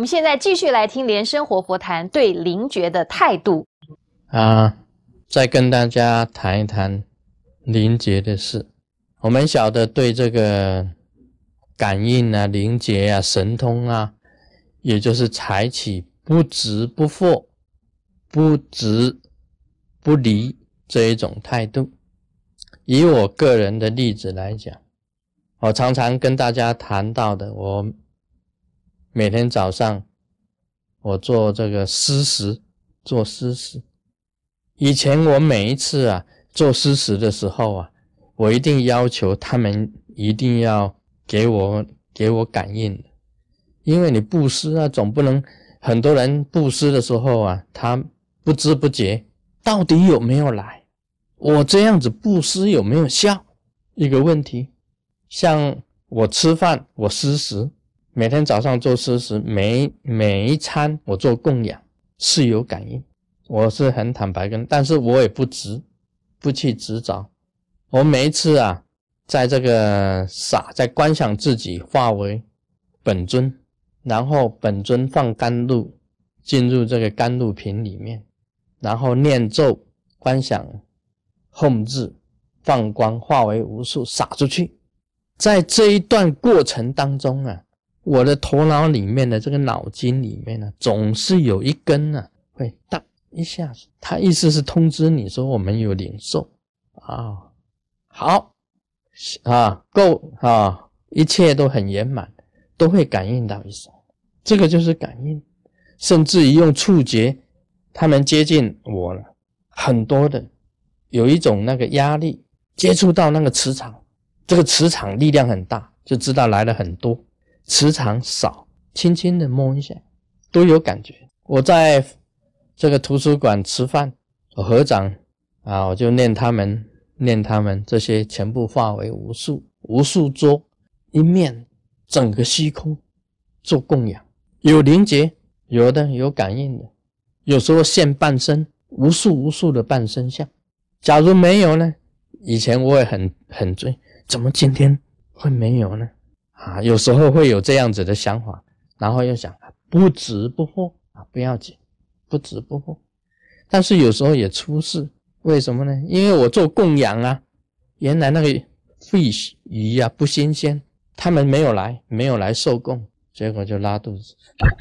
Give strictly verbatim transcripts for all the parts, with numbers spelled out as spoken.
们现在继续来听莲生活佛谈对灵觉的态度啊，再跟大家谈一谈灵觉的事。我们晓得对这个感应啊、灵觉啊、神通啊，也就是采取不执不惑、不执不离这一种态度。以我个人的例子来讲，我常常跟大家谈到的，我每天早上我做这个施食，做施食。以前我每一次啊做施食的时候啊，我一定要求他们一定要给我给我感应的，因为你布施啊，总不能很多人布施的时候啊，他不知不觉到底有没有来，我这样子布施有没有效，一个问题。像我吃饭，我施食，每天早上做施食，每每一餐我做供养是有感应，我是很坦白跟，但是我也不执，不去执着。我每一次啊，在这个洒，在观想自己化为本尊，然后本尊放甘露进入这个甘露瓶里面，然后念咒观想吽字放光化为无数洒出去。在这一段过程当中啊，我的头脑里面的这个脑筋里面呢，总是有一根啊会哒一下子，它意思是通知你说我们有领受啊，好啊，够啊，一切都很圆满，都会感应到一声，这个就是感应。甚至于用触觉，他们接近我了，很多的有一种那个压力，接触到那个磁场，这个磁场力量很大，就知道来了很多，磁场少，轻轻的摸一下都有感觉。我在这个图书馆吃饭，我合掌啊，我就念他们念他们这些全部化为无数无数桌，一面整个虚空做供养，有灵觉，有的有感应的，有时候现半身，无数无数的半身像。假如没有呢，以前我也很很追，怎么今天会没有呢？啊，有时候会有这样子的想法，然后又想不执不惑啊，不要紧，不执不惑。但是有时候也出事，为什么呢？因为我做供养啊，原来那个 fish 鱼啊不新鲜，他们没有来，没有来受供，结果就拉肚子。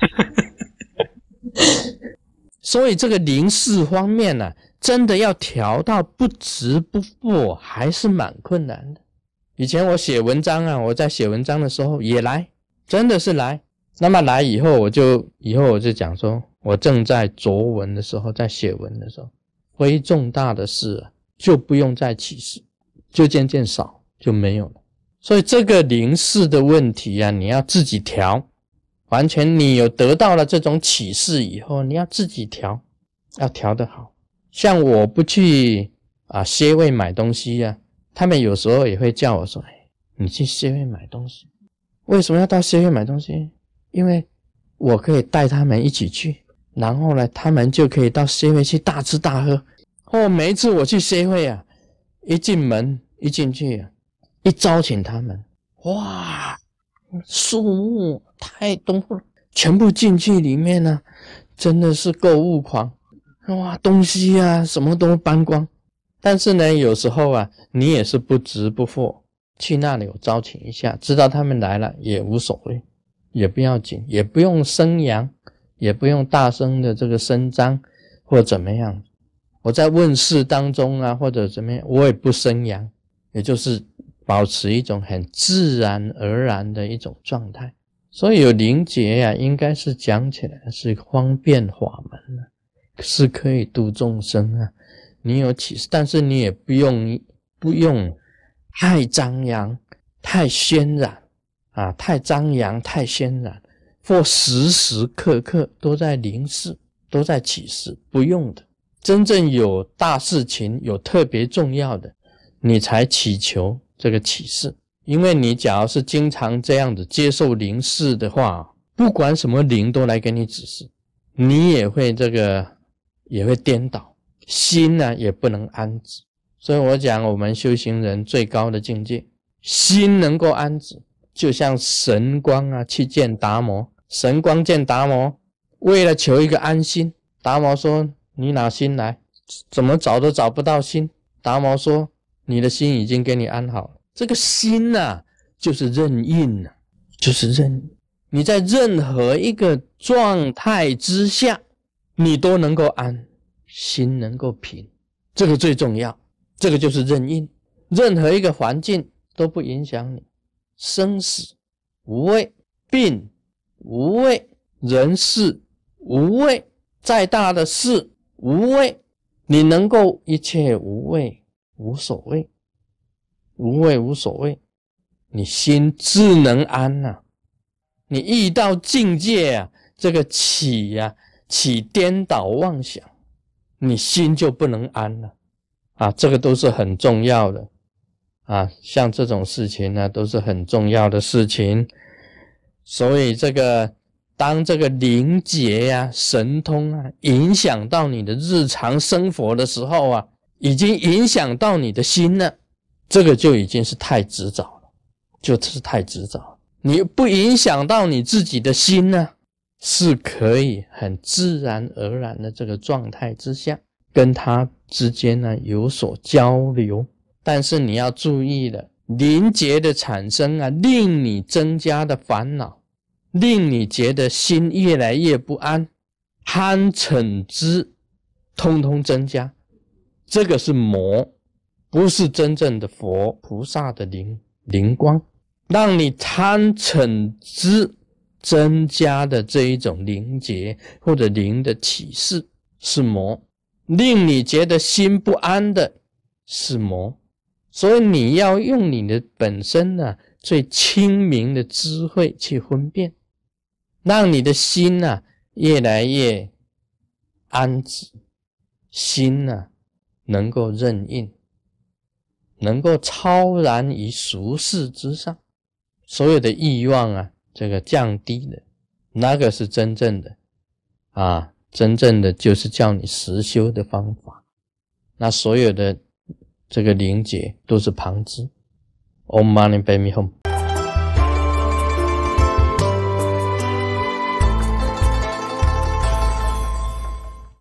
所以这个灵视方面呢、啊，真的要调到不执不惑，还是蛮困难的。以前我写文章啊，我在写文章的时候也来，真的是来。那么来以后，我就以后我就讲说，我正在着文的时候，在写文的时候，非重大的事啊，就不用再起事，就渐渐少，就没有了。所以这个灵视的问题啊，你要自己调。完全你有得到了这种启示以后，你要自己调，要调得好。像我不去啊协会买东西啊，他们有时候也会叫我说，哎，你去协会买东西。为什么要到协会买东西？因为我可以带他们一起去，然后呢，他们就可以到协会去大吃大喝。哦，每一次我去协会啊，一进门一进去啊，一招请他们，哇，树木太多了，全部进去里面呢、啊，真的是购物狂，哇，东西啊什么都搬光。但是呢，有时候啊，你也是不执不惑，去那里我招请一下，知道他们来了也无所谓，也不要紧，也不用声扬，也不用大声的这个声张或怎么样。我在问事当中啊，或者怎么样，我也不声扬，也就是保持一种很自然而然的一种状态。所以有灵觉啊，应该是讲起来是方便法门啊，是可以度众生啊。你有启示，但是你也不用不用太张扬、太渲染啊，太张扬、太渲染，或时时刻刻都在灵视，都在启示，不用的。真正有大事情，有特别重要的，你才祈求这个启示。因为你假如是经常这样子接受灵视的话，不管什么灵都来给你指示，你也会这个也会颠倒，心呢也不能安止。所以我讲我们修行人最高的境界，心能够安止，就像神光啊去见达摩， 神光见达摩，为了求一个安心，达摩说你拿心来，怎么找都找不到心。达摩说你的心已经给你安好了。这个心啊就是任印啊，就是任你在任何一个状态之下你都能够安，心能够平，这个最重要。这个就是任印，任何一个环境都不影响你，生死无畏，病无畏，人事无畏，再大的事无畏，你能够一切无畏，无所谓，无畏无所谓，你心自能安啊。你遇到境界啊，这个起啊起颠倒妄想，你心就不能安了啊，这个都是很重要的啊，像这种事情呢都是很重要的事情。所以这个当这个灵觉啊神通啊影响到你的日常生活的时候啊，已经影响到你的心了，这个就已经是太迟早了，就是太迟早了。你不影响到你自己的心呢，是可以很自然而然的这个状态之下跟他之间呢有所交流。但是你要注意了，灵觉的产生啊，令你增加的烦恼，令你觉得心越来越不安，贪嗔痴通通增加，这个是魔，不是真正的佛菩萨的灵灵光。让你贪嗔痴增加的这一种灵觉或者灵的启示是魔，令你觉得心不安的是魔。所以你要用你的本身呢、啊、最清明的智慧去分辨，让你的心呢、啊、越来越安止，心呢、啊、能够任运，能够超然于俗世之上，所有的欲望啊这个降低了，那个是真正的啊，真正的就是叫你实修的方法。那所有的这个灵觉都是旁支。Om Mani Padme Hum。